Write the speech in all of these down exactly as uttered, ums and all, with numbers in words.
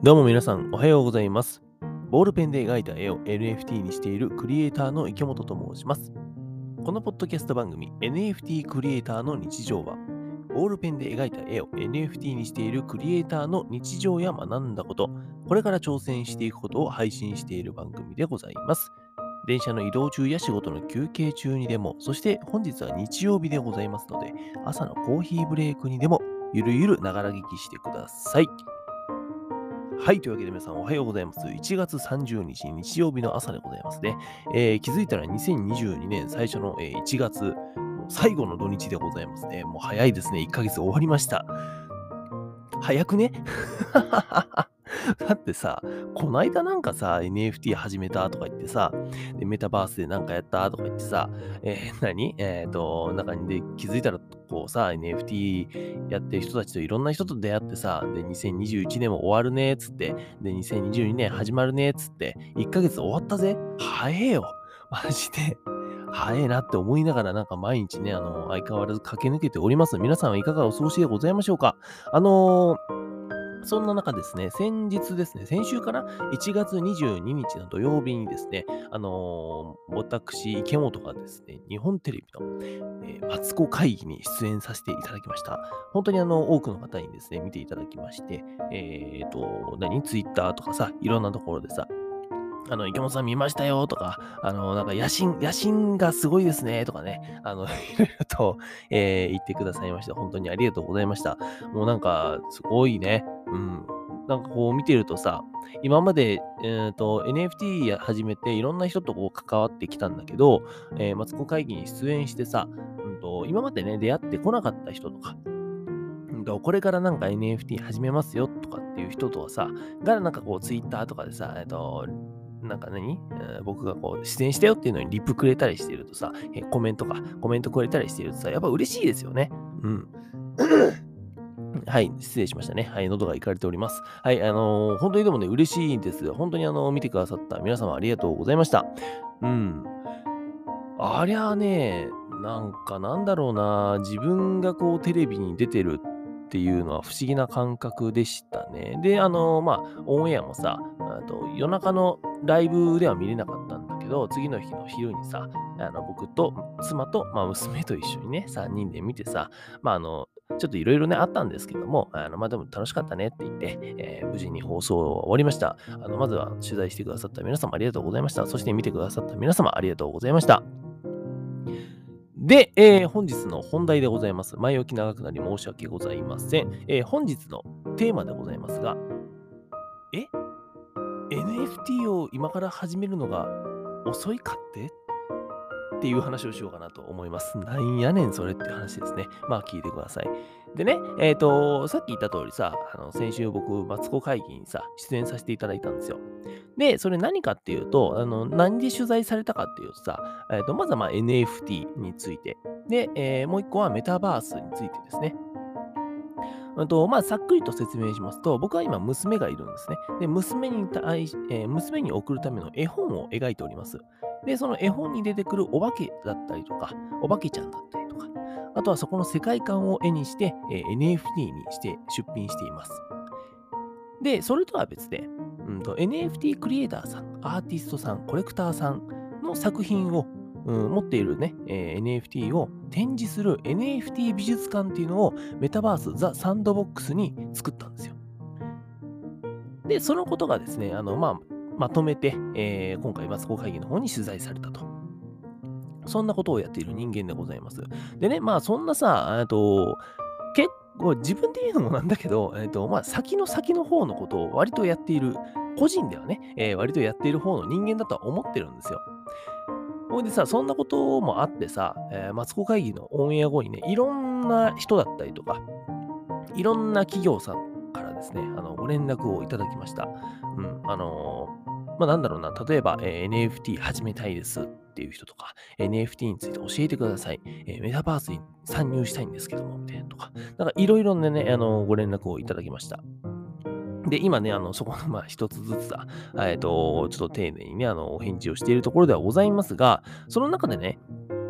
どうも皆さん、おはようございます。ボールペンで描いた絵を エヌエフティー にしているクリエイターの池本と申します。このポッドキャスト番組 エヌエフティー クリエイターの日常は、ボールペンで描いた絵を エヌエフティー にしているクリエイターの日常や学んだこと、これから挑戦していくことを配信している番組でございます。電車の移動中や仕事の休憩中にでも、そして本日は日曜日でございますので、朝のコーヒーブレイクにでも、ゆるゆるながら聞きしてください。はい。というわけで皆さんおはようございます。いちがつさんじゅうにち日曜日の朝でございますね。えー気づいたらにせんにじゅうにねん最初の、えーいちがつ、もう最後の土日でございますね。もう早いですね。いっかげつ終わりました。早くねだってさ、こないだなんかさ、エヌエフティー 始めたとか言ってさ、でメタバースでなんかやったとか言ってさ、えー何えっ、と、中にで気づいたら、こうさ、エヌエフティー やってる人たちといろんな人と出会ってさ、で、にせんにじゅういちねんも終わるね、つって、で、にせんにじゅうにねん始まるね、つって、いっかげつ終わったぜ。早えよ。マジで。早えなって思いながら、なんか毎日ね、あの、相変わらず駆け抜けております。皆さんはいかがお過ごしでございましょうか。あのーそんな中ですね、先日ですね、先週かな ?いちがつにじゅうににちの土曜日にですね、あのー私、池本がですね、日本テレビの、えーマツコ会議に出演させていただきました。本当にあの、多くの方にですね、見ていただきまして、えっ、と、何ツイッターとかさ、いろんなところでさ、あの、池本さん見ましたよとか、あの、なんか野心、野心がすごいですねとかね、あの、いろいろと、えー言ってくださいまして、本当にありがとうございました。もうなんか、すごいね、うん。なんかこう見てるとさ、今まで、えっと、エヌエフティー や始めていろんな人とこう関わってきたんだけど、えーマツコ会議に出演してさ、うんと、今までね、出会ってこなかった人とか、うんと、これからなんか エヌエフティー 始めますよとかっていう人とはさ、がなんかこうツイッターとかでさ、えっと、なんか何、えー僕がこう出演したよっていうのにリプくれたりしてるとさ、えーコメントか、コメントくれたりしてるとさ、やっぱ嬉しいですよね。うん。はい、失礼しましたね。はい、喉がいかれております。はい、あのー本当にでもね、嬉しいです。本当にあのー見てくださった皆様ありがとうございました。うん。ありゃあね、なんかなんだろうな、自分がこうテレビに出てるっていうのは不思議な感覚でしたね。で、あの、まあ、オンエアもさ、あと夜中のライブでは見れなかったんだけど、次の日の昼にさ、あの僕と妻と、まあ、娘と一緒にね、さんにんで見てさ、まあ、あの、ちょっといろいろね、あったんですけども、あの、まあ、でも楽しかったねって言って、えー無事に放送終わりました。あの、まずは取材してくださった皆様ありがとうございました。そして見てくださった皆様ありがとうございました。で、えー本日の本題でございます。前置き長くなり申し訳ございません。えー本日のテーマでございますが、え ?エヌエフティー を今から始めるのが遅いかってっていう話をしようかなと思います。なんやねんそれっていう話ですね。まあ聞いてください。でね、えっ、と、さっき言った通りさ、あの先週僕、マツコ会議にさ、出演させていただいたんですよ。で、それ何かっていうと、あの、何で取材されたかっていうとさ、えっ、と、まずはまあ エヌエフティー について。で、えーもう一個はメタバースについてですね。うんと、まあ、さっくりと説明しますと、僕は今娘がいるんですね。で、娘に対し、えー娘に送るための絵本を描いております。で、その絵本に出てくるお化けだったりとか、お化けちゃんだったりとか、あとはそこの世界観を絵にして、えー エヌエフティー にして出品しています。で、それとは別で、うんと、エヌエフティー クリエイターさん、アーティストさん、コレクターさんの作品を、うん持っているね、えー エヌエフティー を展示する エヌエフティー 美術館っていうのをメタバースザ・サンドボックスに作ったんですよ。で、そのことがですね、あの、まあ、まとめて、えー今回、マツコ会議の方に取材されたと。そんなことをやっている人間でございます。でね、まあ、そんなさ、えっと、結構自分で言うのもなんだけど、えっと、まあ、先の先の方のことを割とやっている、個人ではね、えー割とやっている方の人間だとは思ってるんですよ。ほいでさ、そんなこともあってさ、えーマツコ会議のオンエア後にね、いろんな人だったりとか、いろんな企業さんからですね、あの、ご連絡をいただきました。うん、あのーまあ、なんだろうな、例えば、えー エヌエフティー 始めたいですっていう人とか、エヌエフティー について教えてください。えーメタバースに参入したいんですけども、みたいなとか、なんかいろいろなね、あのーご連絡をいただきました。で、今ね、あの、そこの、まあ、一つずつだ、えっと、ちょっと丁寧にね、あの、お返事をしているところではございますが、その中でね、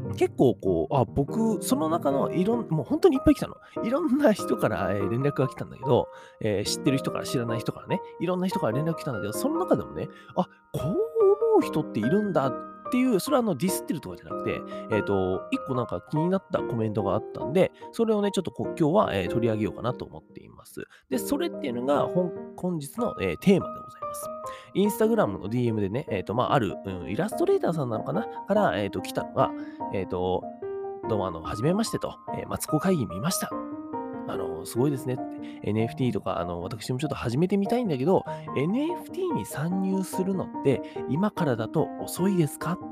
結構こう、あ、僕、その中のいろんもう本当にいっぱい来たの。いろんな人から、え、連絡が来たんだけど、えー知ってる人から知らない人からね、いろんな人から連絡来たんだけど、その中でもね、あ、こう思う人っているんだっていう、それはあのディスってるとかじゃなくて、えっと、いっこなんか気になったコメントがあったんで、それをね、ちょっとこう今日は、えー取り上げようかなと思っています。で、それっていうのが、本本日の、えーテーマでございます。インスタグラムの ディーエム でね、えっと、まあ、ある、うん、イラストレーターさんなのかなから、えっと、来たのが、えっと、どうも、あの、はじめましてと、えーマツコ会議見ました。あの、すごいですねって。エヌエフティー とか、あの、私もちょっと始めてみたいんだけど、エヌエフティー に参入するのって、今からだと遅いですか？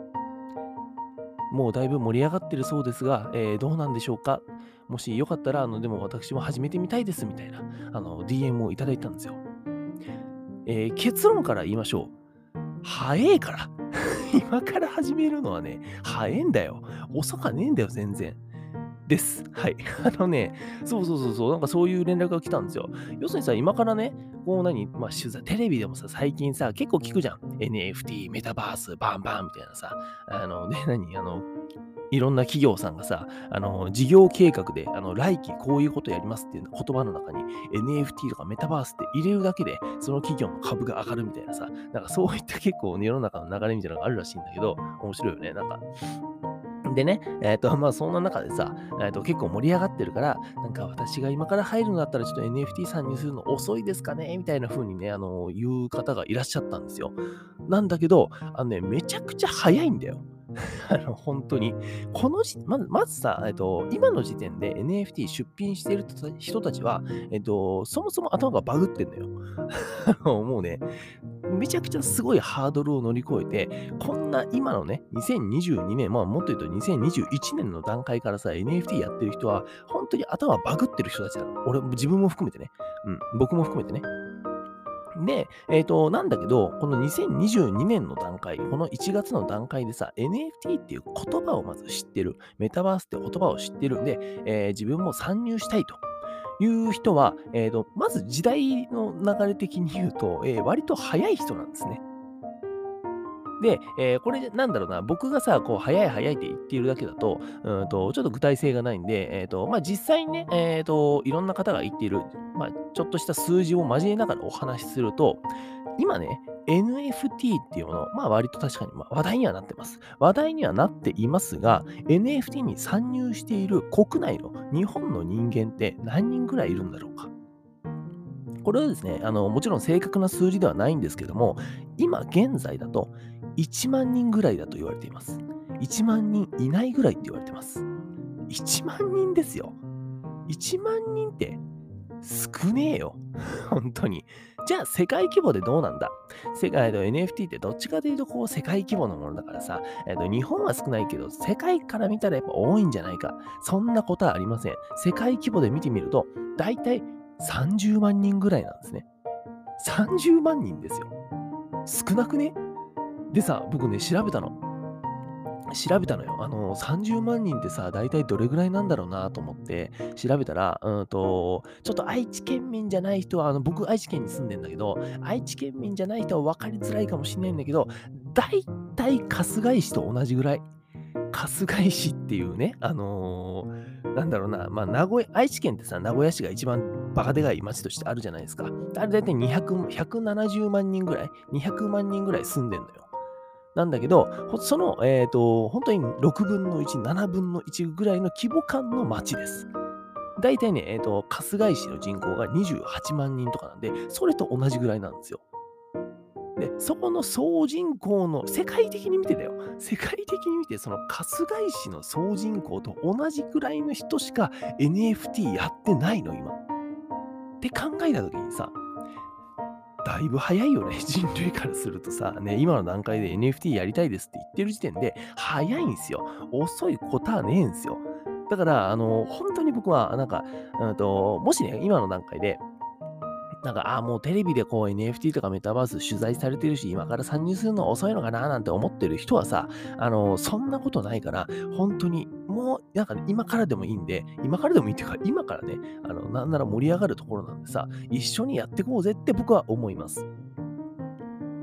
もうだいぶ盛り上がってるそうですが、えーどうなんでしょうか？もしよかったら、あの、でも私も始めてみたいですみたいな、あの、ディーエム をいただいたんですよ。えー結論から言いましょう。早えから。今から始めるのはね、早えんだよ。遅かねえんだよ、全然。です。はい。あのね、そうそうそうそう、なんかそういう連絡が来たんですよ。要するにさ、今からね、こう何、まあ、取材、テレビでもさ、最近さ、結構聞くじゃん。エヌエフティー、メタバース、バンバンみたいなさ、あの、で、何、あの、いろんな企業さんがさ、あの、事業計画で、あの、来期こういうことやりますっていう言葉の中に エヌエフティー とかメタバースって入れるだけで、その企業の株が上がるみたいなさ、なんかそういった結構世の中の流れみたいなのがあるらしいんだけど、面白いよね。なんか、でね、えっと、まあ、そんな中でさ、えっと、結構盛り上がってるから、なんか私が今から入るのだったらちょっと エヌエフティー 参入するの遅いですかねみたいな風にね、あの、言う方がいらっしゃったんですよ。なんだけど、あのね、めちゃくちゃ早いんだよ。あの、本当に。このじまずまずさ、えっと、今の時点で エヌエフティー 出品している人た人たちは、えっと、そもそも頭がバグってんのよ。あのもうね、めちゃくちゃすごいハードルを乗り越えて、こんな今のね、にせんにじゅうにねん、まあもっと言うとにせんにじゅういちねんの段階からさ、エヌエフティー やってる人は、本当に頭バグってる人たちなの。俺、自分も含めてね。うん、僕も含めてね。で、えっと、なんだけど、このにせんにじゅうにねんの段階、このいちがつの段階でさ、エヌエフティー っていう言葉をまず知ってる。メタバースって言葉を知ってるんで、えー自分も参入したいという人は、えっと、まず時代の流れ的に言うと、えー割と早い人なんですね。で、えーこれなんだろうな、僕がさ、こう、早い早いって言っているだけだと、うんと、ちょっと具体性がないんで、えっと、まあ、実際にね、えっと、いろんな方が言っている、まあ、ちょっとした数字を交えながらお話しすると、今ね、エヌエフティー っていうもの、まあ割と確かに、まあ、話題にはなってます。話題にはなっていますが、エヌエフティー に参入している国内の日本の人間って何人ぐらいいるんだろうか。これはですね、あの、もちろん正確な数字ではないんですけども、今現在だといちまん人ぐらいだと言われています。いちまん人いないぐらいって言われてます。いちまん人ですよ。いちまん人って少ねえよ。本当に。じゃあ世界規模でどうなんだ。世界の エヌエフティー ってどっちかというとこう世界規模のものだからさ、えっと、日本は少ないけど、世界から見たらやっぱ多いんじゃないか。そんなことはありません。世界規模で見てみると、だいたいさんじゅうまん人ぐらいなんですね。さんじゅうまん人ですよ。少なくね？でさ、僕ね、調べたの。調べたのよ。あの、さんじゅうまん人ってさ、大体どれぐらいなんだろうなと思って調べたら、うんと、ちょっと愛知県民じゃない人は、あの、僕愛知県に住んでんだけど、愛知県民じゃない人は分かりづらいかもしれないんだけど、大体春日井市と同じぐらい。春日井市っていうね、あのーなんだろうな、まあ、名古屋、愛知県ってさ、名古屋市が一番バカでかい町としてあるじゃないですか。あれ大体にひゃく、ひゃくななじゅうまん人ぐらい、にひゃくまん人ぐらい住んでんのよ。なんだけど、ほその、えっと、本当にろくぶんのいち、ななぶんのいちぐらいの規模感の町です。だいたいね、えっと、春日井市の人口がにじゅうはちまん人とかなんで、それと同じぐらいなんですよ。で、そこの総人口の、世界的に見てだよ。世界的に見て、その春日井市の総人口と同じぐらいの人しか エヌエフティー やってないの、今。って考えたときにさ、だいぶ早いよね、人類からするとさ、ね、今の段階で エヌエフティー やりたいですって言ってる時点で、早いんすよ。遅いことはねえんすよ。だから、あの、本当に僕は、なんか、うんと、もしね、今の段階で、なんか、ああ、もうテレビでこう エヌエフティー とかメタバース取材されてるし、今から参入するの遅いのかななんて思ってる人はさ、あの、そんなことないから、本当に、もう、なんかね、今からでもいいんで、今からでもいいっていうか、今からね、あの、なんなら盛り上がるところなんでさ、一緒にやってこうぜって僕は思います。うん。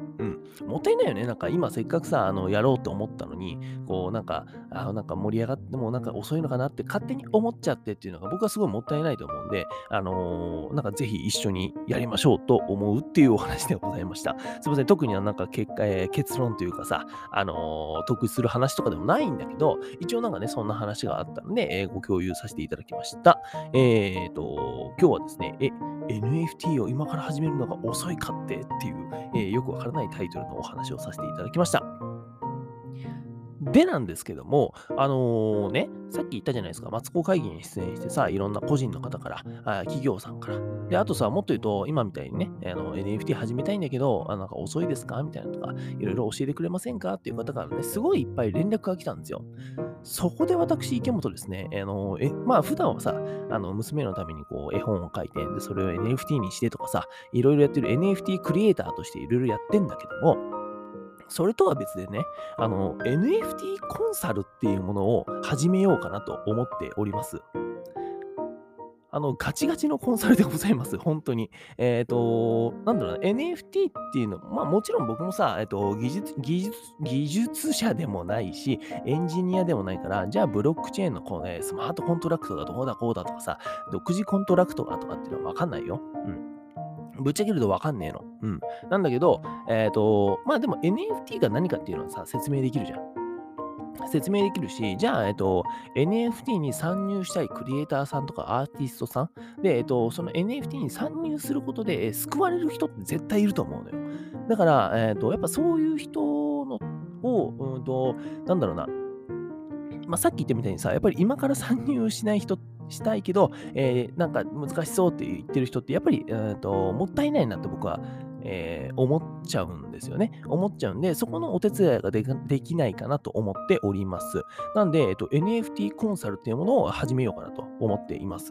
もったいないよね。なんか今せっかくさ、あの、やろうと思ったのに、こうなんか、あなんか盛り上がってもなんか遅いのかなって勝手に思っちゃってっていうのが僕はすごいもったいないと思うんで、あのーなんかぜひ一緒にやりましょうと思うっていうお話でございました。すいません。特にはなんか結果、えー結論というかさ、あのー得する話とかでもないんだけど、一応なんかね、そんな話があったので、えーご共有させていただきました。えっと、今日はですね、え、エヌエフティー を今から始めるのが遅いかってっていう、えーよくわからないタイトルのお話をさせていただきました。でなんですけども、あのね、さっき言ったじゃないですか、マツコ会議に出演してさ、いろんな個人の方から、あ企業さんから。で、あとさ、もっと言うと、今みたいにね、あの エヌエフティー 始めたいんだけど、あなんか遅いですかみたいなのとか、いろいろ教えてくれませんかっていう方からね、すごいいっぱい連絡が来たんですよ。そこで私、池本ですね、あの、え、まあ普段はさ、あの、娘のためにこう、絵本を書いて、で、それを エヌエフティー にしてとかさ、いろいろやってる エヌエフティー クリエイターとしていろいろやってんだけども、それとは別でね、あの、エヌエフティー コンサルっていうものを始めようかなと思っております。あの、ガチガチのコンサルでございます。本当に。えっと、なんだろうな、エヌエフティー っていうの、まあもちろん僕もさ、えっと、技術、技術、技術者でもないし、エンジニアでもないから、じゃあブロックチェーンのこうね、スマートコントラクトがどうだこうだとかさ、独自コントラクトがとかっていうのはわかんないよ。うん。ぶっちゃけるとわかんねえの。うん。なんだけど、えっと、まあでも エヌエフティー が何かっていうのはさ、説明できるじゃん。説明できるし、じゃあ、えっと、エヌエフティー に参入したいクリエイターさんとかアーティストさんで、えっと、その エヌエフティー に参入することで、え救われる人って絶対いると思うのよ。だから、えっと、やっぱそういう人のを、うんと、なんだろうな、まあ、さっき言ったみたいにさ、やっぱり今から参入しない人したいけど、えーなんか難しそうって言ってる人って、やっぱり、えーと、もったいないなって僕は、えー思っちゃうんですよね。思っちゃうんで、そこのお手伝いがでかできないかなと思っております。なんで、えっと、エヌエフティー コンサルっていうものを始めようかなと思っています。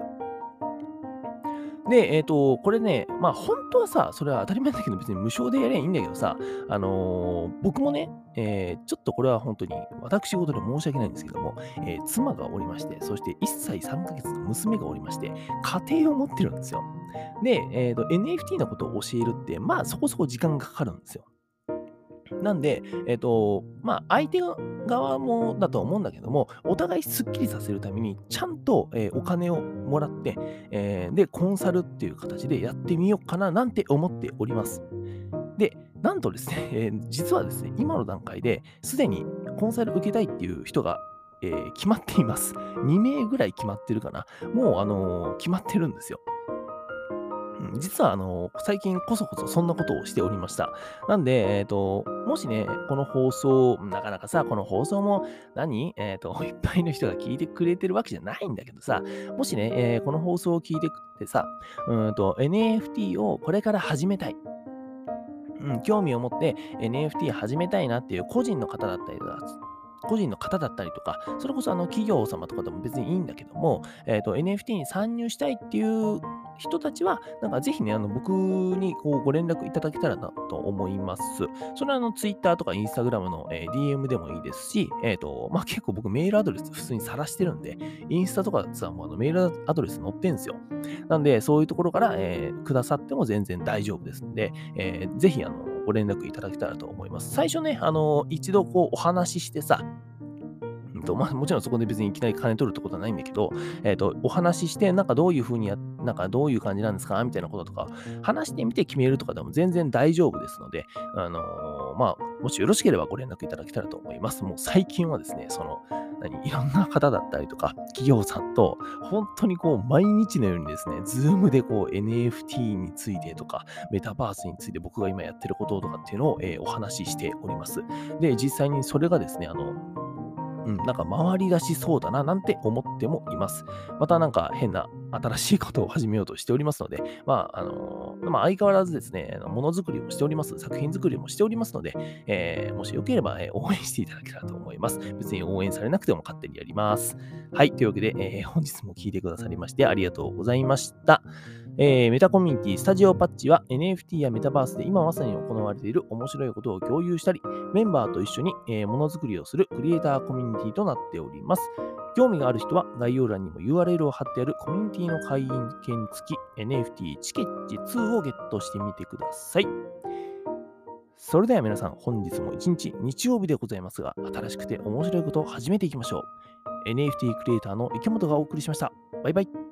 で、えっと、これね、まあ、本当はさ、それは当たり前だけど、別に無償でやりゃいいんだけどさ、あの、僕もね、えーちょっとこれは本当に私事で申し訳ないんですけども、えー妻がおりまして、そしていっさいさんかげつの娘がおりまして、家庭を持ってるんですよ。で、えっと、エヌエフティー のことを教えるって、まあ、そこそこ時間がかかるんですよ。なんで、えっと、まあ、相手側もだとは思うんだけども、お互いすっきりさせるために、ちゃんと、えーお金をもらって、えーで、コンサルっていう形でやってみようかななんて思っております。で、なんとですね、えー実はですね、今の段階ですでにコンサル受けたいっていう人が、えー決まっています。に名ぐらい決まってるかな。もう、あのー決まってるんですよ。うん、実はあの、最近こそこそそんなことをしておりました。なんで、えっと、もしね、この放送、なかなかさ、この放送も何、えっと、いっぱいの人が聞いてくれてるわけじゃないんだけどさ、もしね、えーこの放送を聞いてくってさ、うーんと、エヌエフティー をこれから始めたい。うん、興味を持って エヌエフティー 始めたいなっていう個人の方だったりとか、個人の方だったりとか、それこそあの企業様とかでも別にいいんだけども、えっと、エヌエフティー に参入したいっていう人たちは、なんかぜひね、あの僕にこうご連絡いただけたらなと思います。それはあの Twitter とか Instagram の、えー ディーエム でもいいですし、えっと、まあ、結構僕メールアドレス普通に晒してるんで、インスタとかさ、もうあのメールアドレス載ってんすよ。なんで、そういうところから、えーくださっても全然大丈夫ですんで、えーぜひあのご連絡いただけたらと思います。最初ね、あの一度こうお話ししてさ、うんと、まあ、もちろんそこで別にいきなり金取るってことはないんだけど、えっと、お話しして、なんかどういう風にやなんかどういう感じなんですかみたいなこととか、話してみて決めるとかでも全然大丈夫ですので、あの、まあ、もしよろしければご連絡いただけたらと思います。もう最近はですね、その、何、いろんな方だったりとか、企業さんと、本当にこう、毎日のようにですね、ズームでこう、エヌエフティー についてとか、メタバースについて僕が今やってることとかっていうのを、えーお話ししております。で、実際にそれがですね、あの、うん、なんか回り出しそうだななんて思ってもいます。またなんか変な新しいことを始めようとしておりますので、まあ、あのまあ、相変わらずですね、ものづくりもしております。作品作りもしておりますので、えーもしよければ、えー応援していただけたらと思います。別に応援されなくても勝手にやります。はい。というわけで、えー本日も聞いてくださりましてありがとうございました。えーメタコミュニティスタジオパッチは エヌエフティー やメタバースで今まさに行われている面白いことを共有したり、メンバーと一緒に、えーものづくりをするクリエイターコミュニティとなっております。興味がある人は概要欄にも ユーアールエル を貼ってあるコミュニティの会員券付き エヌエフティー チケッジツーをゲットしてみてください。 それでは皆さん、本日も一日、日曜日でございますが、新しくて面白いことを始めていきましょう。エヌエフティー クリエイターの池本がお送りしました。バイバイ。